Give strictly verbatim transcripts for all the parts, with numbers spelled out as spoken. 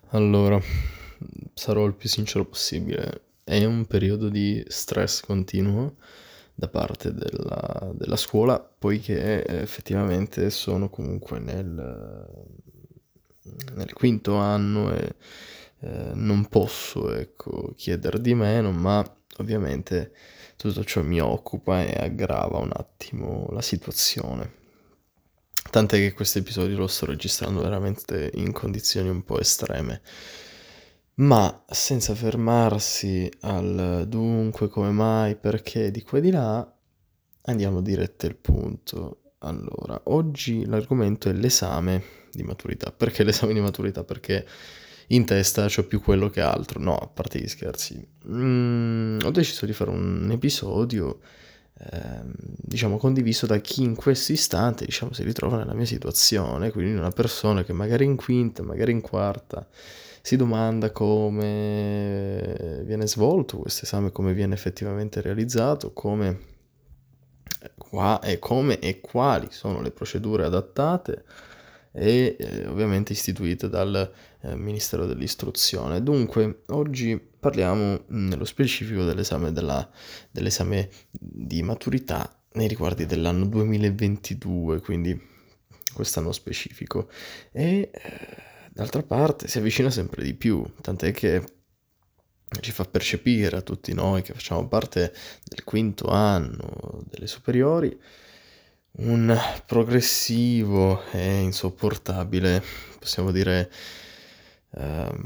Allora, sarò il più sincero possibile. È un periodo di stress continuo da parte della della scuola, poiché eh, effettivamente sono comunque nel nel quinto anno e, ehm, non posso, ecco, chieder di meno, ma ovviamente tutto ciò mi occupa e aggrava un attimo la situazione. Tant'è che questo episodio lo sto registrando veramente in condizioni un po' estreme. Ma senza fermarsi al dunque, come mai, perché, di qua e di là, andiamo diretti al punto. Allora, oggi l'argomento è l'esame di maturità. Perché l'esame di maturità? Perché in testa c'ho più quello che altro. No, a parte gli scherzi. Mhmm, ho deciso di fare un episodio, ehm, diciamo condiviso da chi in questo istante, diciamo, si ritrova nella mia situazione, quindi una persona che magari in quinta, magari in quarta, si domanda come viene svolto questo esame, come viene effettivamente realizzato, come eh, qua e come e quali sono le procedure adattate e, ehm, ovviamente istituite dal, ehm, Ministero dell'Istruzione. Dunque, oggi parliamo, mhmm, nello specifico dell'esame della dell'esame di maturità nei riguardi dell'anno duemilaventidue, quindi quest'anno specifico. E, ehm, d'altra parte si avvicina sempre di più, tant'è che ci fa percepire a tutti noi che facciamo parte del quinto anno delle superiori, un progressivo e insopportabile, possiamo dire, ehm,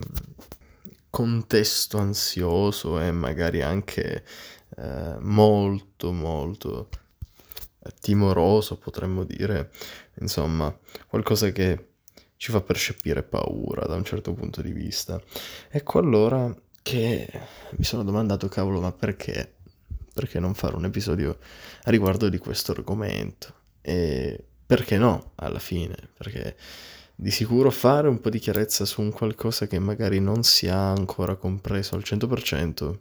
contesto ansioso e magari anche, ehm, molto, molto timoroso, potremmo dire, insomma, qualcosa che ci fa percepire paura da un certo punto di vista. Ecco allora che mi sono domandato: "Cavolo, ma perché? Perché non fare un episodio a riguardo di questo argomento?" E perché no, alla fine? Perché di sicuro fare un po' di chiarezza su un qualcosa che magari non si ha ancora compreso al cento per cento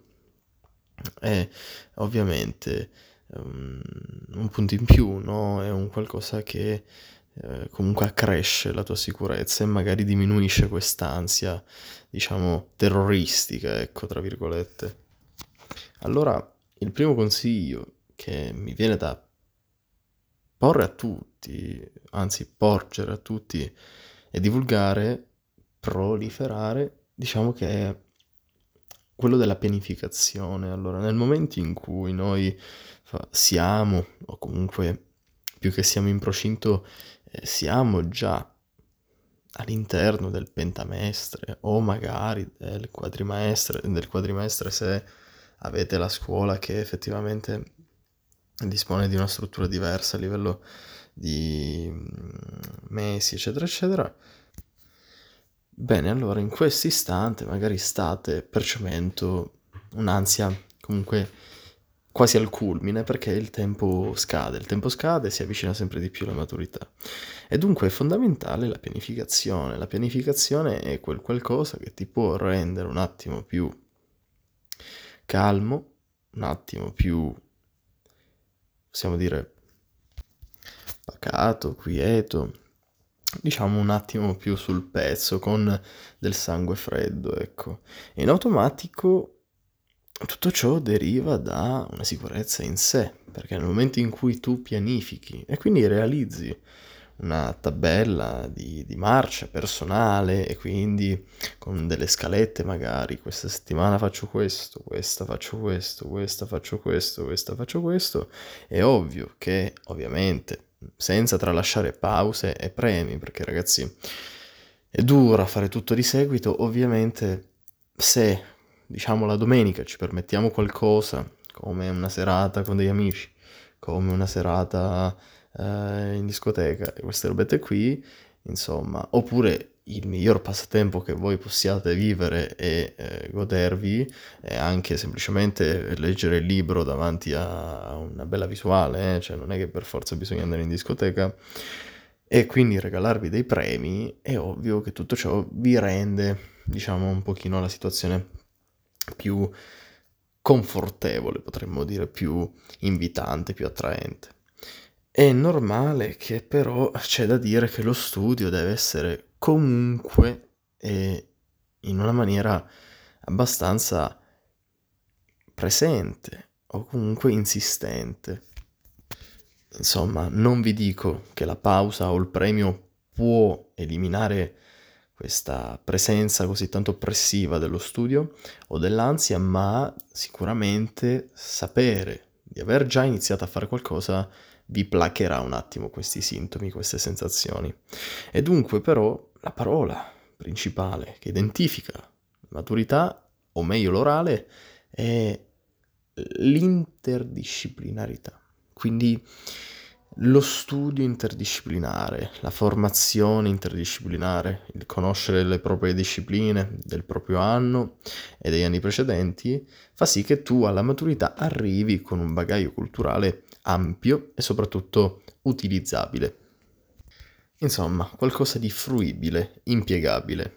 è ovviamente, uhm, un punto in più, no, è un qualcosa che, ehm, comunque accresce la tua sicurezza e magari diminuisce quest'ansia, diciamo, "terroristica", ecco, tra virgolette. Allora, il primo consiglio che mi viene da porre a tutti, anzi porgere a tutti e divulgare, proliferare, diciamo che è quello della pianificazione. Allora, nel momento in cui noi fa siamo, o comunque più che siamo in procinto, ehm, siamo già all'interno del pentamestre o magari del quadrimestre del quadrimestre se avete la scuola che effettivamente dispone di una struttura diversa a livello di, mhmm, mesi, eccetera, eccetera. Bene, allora in questo istante magari state percependo un'ansia comunque quasi al culmine perché il tempo scade, il tempo scade e si avvicina sempre di più la maturità. E dunque è fondamentale la pianificazione. La pianificazione è quel qualcosa che ti può rendere un attimo più calmo, un attimo più, possiamo dire, pacato, quieto, diciamo un attimo più sul pezzo, con del sangue freddo, ecco. E in automatico tutto ciò deriva da una sicurezza in sé, perché nel momento in cui tu pianifichi e quindi realizzi una tabella di di marcia personale e quindi con delle scalette magari: questa settimana faccio questo, questa faccio questo, questa faccio questo, questa faccio questo, è ovvio che, ovviamente, senza tralasciare pause e premi, perché ragazzi è dura fare tutto di seguito, ovviamente se, diciamo, la domenica ci permettiamo qualcosa, come una serata con degli amici, come una serata, ehm, in discoteca e queste robette qui, insomma, oppure il miglior passatempo che voi possiate vivere e, ehm, godervi è anche semplicemente leggere il libro davanti a una bella visuale, eh, cioè non è che per forza bisogna andare in discoteca, e quindi regalarvi dei premi, è ovvio che tutto ciò vi rende, diciamo, un pochino la situazione più confortevole, potremmo dire, più invitante, più attraente. È normale che però c'è da dire che lo studio deve essere comunque, ehm, in una maniera abbastanza presente o comunque insistente. Insomma, non vi dico che la pausa o il premio può eliminare questa presenza così tanto oppressiva dello studio o dell'ansia, ma sicuramente sapere di aver già iniziato a fare qualcosa vi placherà un attimo questi sintomi, queste sensazioni. E dunque però la parola principale che identifica la maturità, o meglio l'orale, è l'interdisciplinarità. Quindi lo studio interdisciplinare, la formazione interdisciplinare, il conoscere le proprie discipline del proprio anno e degli anni precedenti, fa sì che tu alla maturità arrivi con un bagaglio culturale ampio e soprattutto utilizzabile. Insomma, qualcosa di fruibile, impiegabile.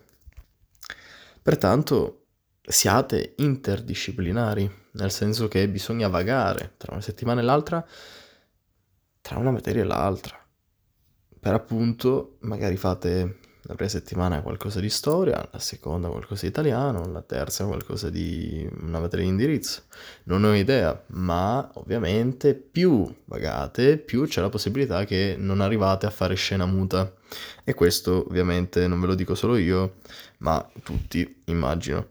Pertanto siate interdisciplinari, nel senso che bisogna vagare tra una settimana e l'altra, tra una materia e l'altra. Per appunto, magari fate la prima settimana qualcosa di storia, la seconda qualcosa di italiano, la terza qualcosa di una materia di indirizzo. Non ho idea, ma ovviamente più vagate, più c'è la possibilità che non arrivate a fare scena muta. E questo ovviamente non ve lo dico solo io, ma tutti, immagino.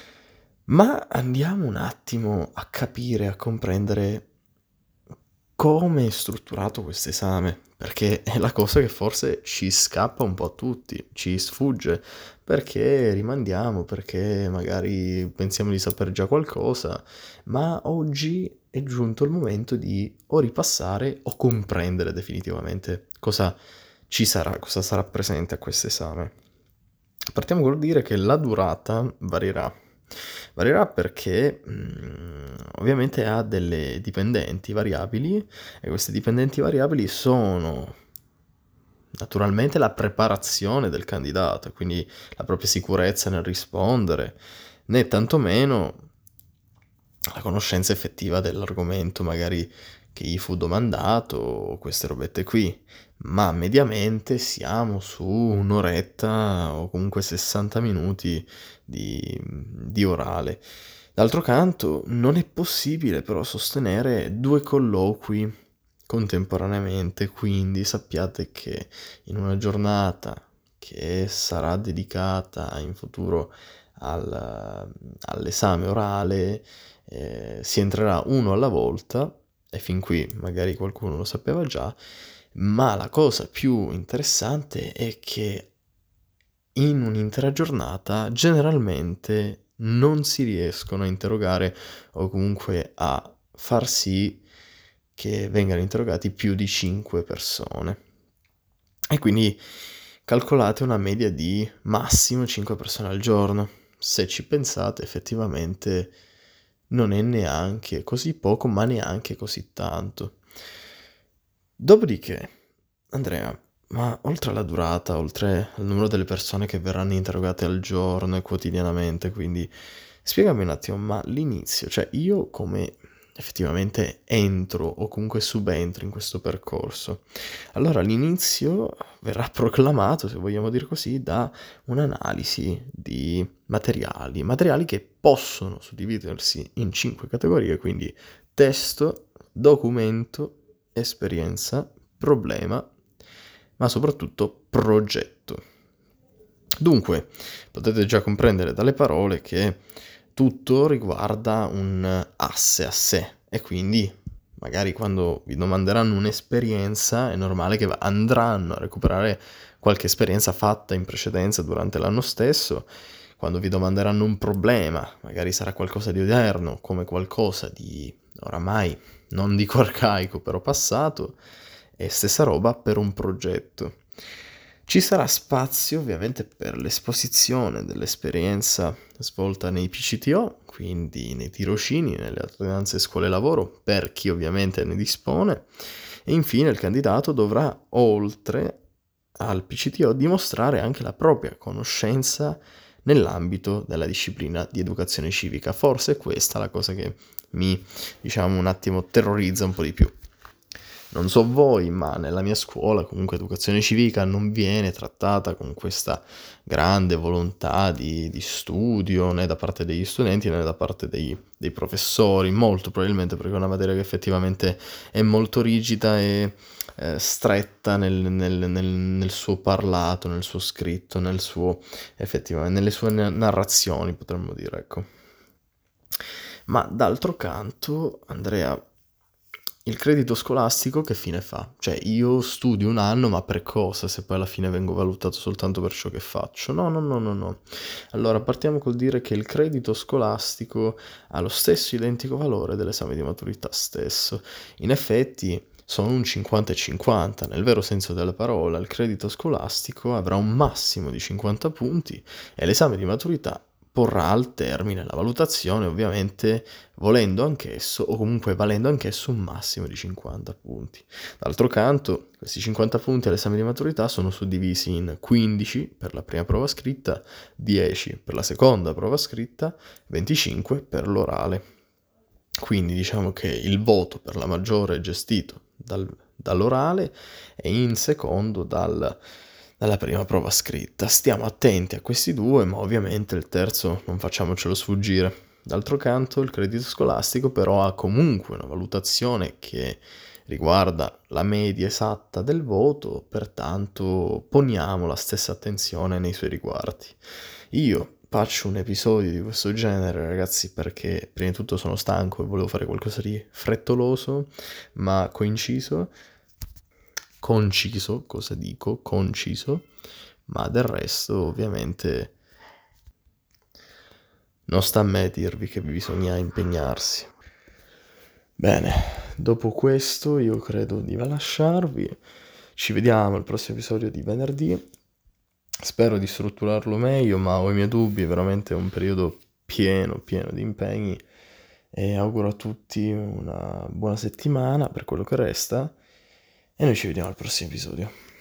Ma andiamo un attimo a capire, a comprendere come è strutturato questo esame, perché è la cosa che forse ci scappa un po' a tutti, ci sfugge, perché rimandiamo, perché magari pensiamo di saper già qualcosa, ma oggi è giunto il momento di o ripassare o comprendere definitivamente cosa ci sarà, cosa sarà presente a questo esame. Partiamo col dire che la durata varierà. Varierà perché mh, ovviamente ha delle dipendenti variabili e queste dipendenti variabili sono naturalmente la preparazione del candidato, quindi la propria sicurezza nel rispondere, né tantomeno la conoscenza effettiva dell'argomento magari che gli fu domandato o queste robette qui, ma mediamente siamo su un'oretta o comunque sessanta minuti di, di orale. D'altro canto non è possibile però sostenere due colloqui contemporaneamente, quindi sappiate che in una giornata che sarà dedicata in futuro al, all'esame orale eh, si entrerà uno alla volta, e fin qui magari qualcuno lo sapeva già, ma la cosa più interessante è che in un'intera giornata generalmente non si riescono a interrogare o comunque a far sì che vengano interrogati più di cinque persone. E quindi calcolate una media di massimo cinque persone al giorno. Se ci pensate, effettivamente non è neanche così poco, ma neanche così tanto. Dopodiché, Andrea, ma oltre alla durata, oltre al numero delle persone che verranno interrogate al giorno e quotidianamente, quindi spiegami un attimo, ma l'inizio, cioè io come effettivamente entro o comunque subentro in questo percorso? Allora l'inizio verrà proclamato, se vogliamo dire così, da un'analisi di materiali, materiali che possono suddividersi in cinque categorie, quindi testo, documento, esperienza, problema, ma soprattutto progetto. Dunque, potete già comprendere dalle parole che tutto riguarda un asse a sé e quindi magari quando vi domanderanno un'esperienza è normale che andranno a recuperare qualche esperienza fatta in precedenza durante l'anno stesso. Quando vi domanderanno un problema, magari sarà qualcosa di odierno, come qualcosa di oramai non dico arcaico, però passato, e stessa roba per un progetto. Ci sarà spazio ovviamente per l'esposizione dell'esperienza svolta nei P C T O, quindi nei tirocini, nelle alternanze scuole lavoro, per chi ovviamente ne dispone, e infine il candidato dovrà, oltre al P C T O, dimostrare anche la propria conoscenza nell'ambito della disciplina di educazione civica. Forse è questa la cosa che mi, diciamo, un attimo terrorizza un po' di più. Non so voi, ma nella mia scuola comunque educazione civica non viene trattata con questa grande volontà di di studio, né da parte degli studenti, né da parte dei dei professori, molto probabilmente perché è una materia che effettivamente è molto rigida e, ehm, stretta nel nel nel nel suo parlato, nel suo scritto, nel suo effettiva nelle sue na narrazioni potremmo dire, ecco. Ma d'altro canto, Andrea, il credito scolastico che fine fa? Cioè io studio un anno, ma per cosa se poi alla fine vengo valutato soltanto per ciò che faccio? No, no, no, no, no. Allora partiamo col dire che il credito scolastico ha lo stesso identico valore dell'esame di maturità stesso. In effetti sono un cinquanta e cinquanta, nel vero senso della parola, il credito scolastico avrà un massimo di cinquanta punti e l'esame di maturità porrà al termine la valutazione, ovviamente volendo anch'esso o comunque valendo anch'esso un massimo di cinquanta punti. D'altro canto, questi cinquanta punti all'esame di maturità sono suddivisi in quindici per la prima prova scritta, dieci per la seconda prova scritta, venticinque per l'orale. Quindi diciamo che il voto per la maggiore è gestito dal dall'orale e in secondo dal dalla prima prova scritta. Stiamo attenti a questi due, ma ovviamente il terzo non facciamocelo sfuggire. D'altro canto il credito scolastico però ha comunque una valutazione che riguarda la media esatta del voto, pertanto poniamo la stessa attenzione nei suoi riguardi. Io faccio un episodio di questo genere, ragazzi, perché prima di tutto sono stanco e volevo fare qualcosa di frettoloso, ma coinciso, conciso, cosa dico? Conciso, ma del resto ovviamente non sta a me dirvi che bisogna impegnarsi. Bene, dopo questo io credo di lasciarvi. Ci vediamo al prossimo episodio di venerdì. Spero di strutturarlo meglio, ma ho i miei dubbi, è veramente un periodo pieno, pieno di impegni e auguro a tutti una buona settimana per quello che resta e noi ci vediamo al prossimo episodio.